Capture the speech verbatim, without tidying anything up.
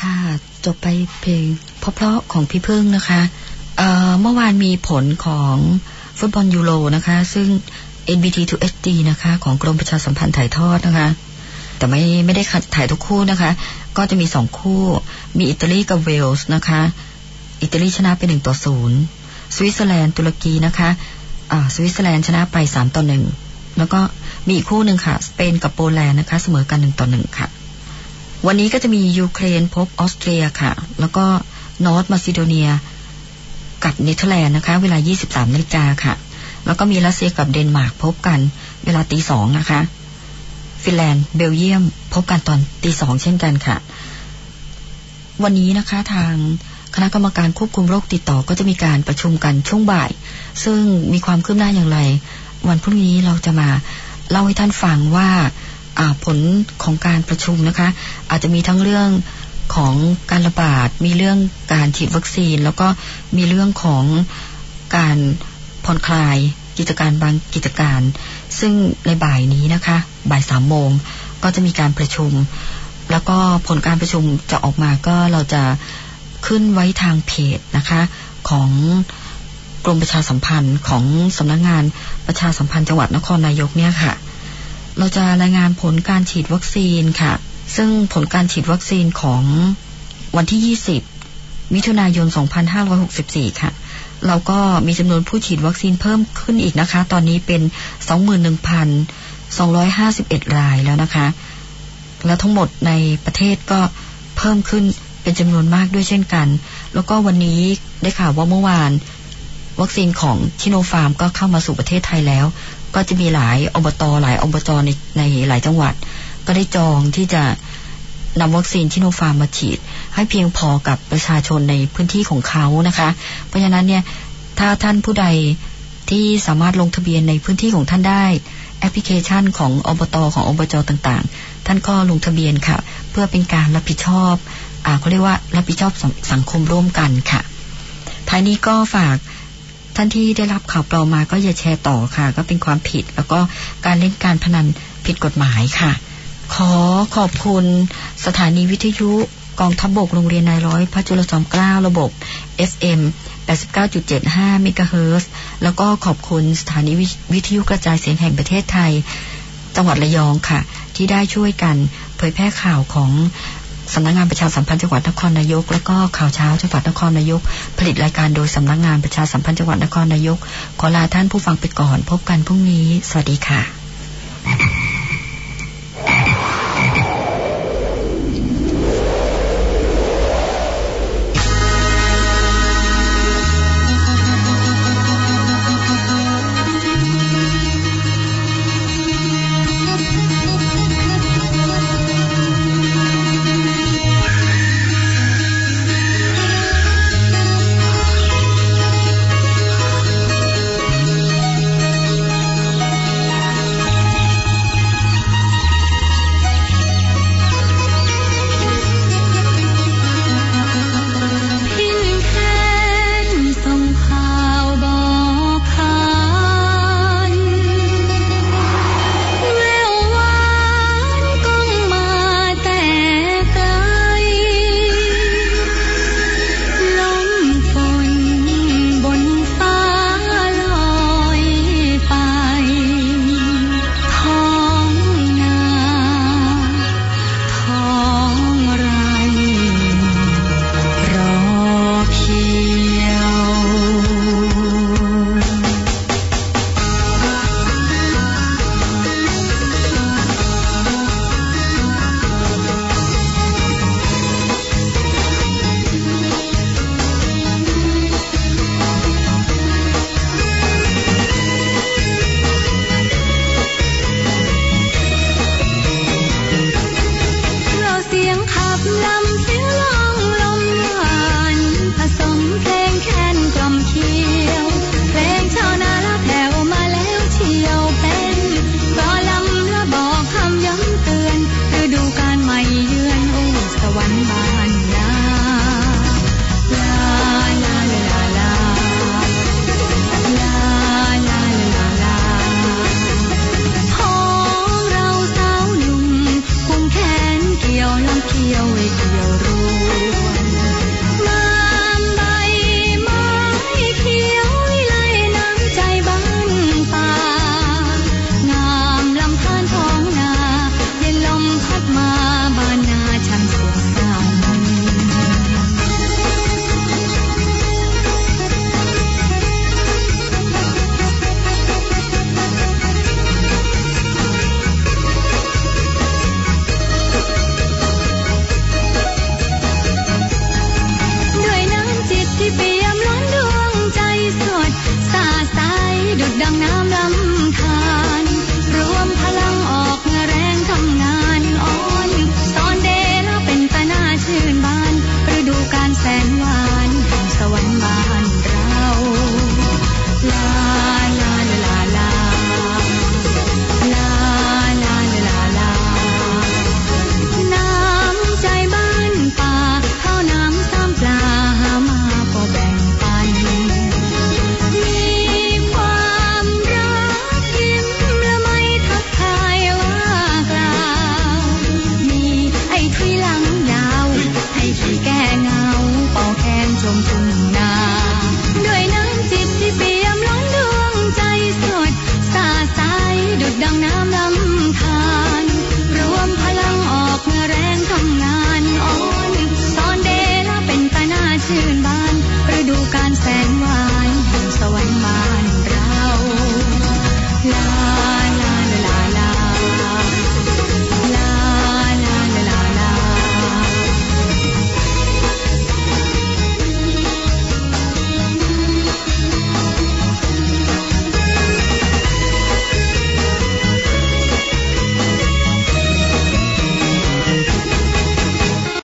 ค่ะจบไปเพลงเพราะๆของพี่พึ่งนะคะเอ่อเมื่อวานมีผลของฟุตบอลยูโรนะคะซึ่ง เอ็น บี ที ทู เอช ดี นะคะของกรมประชาสัมพันธ์ถ่ายทอดนะคะแต่ไม่ไม่ได้ถ่ายทุกคู่นะคะก็จะมีสองคู่มีอิตาลีกับเวลส์นะคะอิตาลีชนะไปหนึ่งต่อศูนย์สวิตเซอร์แลนด์ตุรกีนะคะอ่าสวิตเซอร์แลนด์ชนะไปสามต่อหนึ่งแล้วก็มีอีกคู่หนึ่งค่ะสเปนกับโปแลนด์นะคะเสมอกันหนึ่งต่อหนึ่งค่ะวันนี้ก็จะมียูเครนพบออสเตรียค่ะแล้วก็นอร์ทมาซิโดเนียกับเนเธอร์แลนด์นะคะเวลา ยี่สิบสามนาฬิกาค่ะแล้วก็มีรัสเซียกับเดนมาร์กพบกันเวลาตีสองนะคะฟินแลนด์เบลเยียมพบกันตอนตีสองเช่นกันค่ะวันนี้นะคะทางคณะกรรมการควบคุมโรคติดต่อก็จะมีการประชุมกันช่วงบ่ายซึ่งมีความคืบหน้าอย่างไรวันพรุ่งนี้เราจะมาเล่าให้ท่านฟังว่าผลของการประชุมนะคะอาจจะมีทั้งเรื่องของการระบาดมีเรื่องการฉีดวัคซีนแล้วก็มีเรื่องของการผ่อนคลายกิจการบางกิจการซึ่งในบ่ายนี้นะคะบ่ายสามโมงก็จะมีการประชุมแล้วก็ผลการประชุมจะออกมาก็เราจะขึ้นไว้ทางเพจนะคะของกรมประชาสัมพันธ์ของสำนักงานประชาสัมพันธ์จังหวัดนครนายกเนี่ยค่ะเราจะรายงานผลการฉีดวัคซีนค่ะซึ่งผลการฉีดวัคซีนของวันที่ยี่สิบมิถุนายนสองพันห้าร้อยหกสิบสี่ค่ะเราก็มีจำนวนผู้ฉีดวัคซีนเพิ่มขึ้นอีกนะคะตอนนี้เป็น สองหมื่นหนึ่งพันสองร้อยห้าสิบเอ็ด รายแล้วนะคะแล้วทั้งหมดในประเทศก็เพิ่มขึ้นเป็นจำนวนมากด้วยเช่นกันแล้วก็วันนี้ได้ข่าวว่าเมื่อวานวัคซีนของชิโนฟาร์มก็เข้ามาสู่ประเทศไทยแล้วก็จะมีหลายอบตหลายอบจในในหลายจังหวัดก็ได้จองที่จะนำวัคซีนชิโนฟาร์มมาฉีดให้เพียงพอกับประชาชนในพื้นที่ของเขานะคะเพราะฉะนั้นเนี่ยถ้าท่านผู้ใดที่สามารถลงทะเบียนในพื้นที่ของท่านได้แอปพลิเคชันของอบตของอบจต่างๆท่านก็ลงทะเบียนค่ะเพื่อเป็นการรับผิดชอบอ่าเขาเรียกว่ารับผิดชอบสังคมร่วมกันค่ะท้ายนี้ก็ฝากท่านที่ได้รับข่าวปลอมมาก็อย่าแชร์ต่อค่ะก็เป็นความผิดแล้วก็การเล่นการพนันผิดกฎหมายค่ะขอขอบคุณสถานีวิทยุกองทัพบกโรงเรียนนายร้อยพระจุลจอมเกล้าระบบ เอฟ เอ็ม แปดสิบเก้าจุดเจ็ดห้า เมกะเฮิรตซ์แล้วก็ขอบคุณสถานีวิทยุกระจายเสียงแห่งประเทศไทยจังหวัดระยองค่ะที่ได้ช่วยกันเผยแพร่ข่าวของสำนักงานประชาสัมพันธ์จังหวัดนครนายกแล้วก็ข่าวเช้าจังหวัดนครนายกผลิตรายการโดยสำนักงานประชาสัมพันธ์จังหวัดนครนายกขอลาท่านผู้ฟังไปก่อนพบกันพรุ่งนี้สวัสดีค่ะ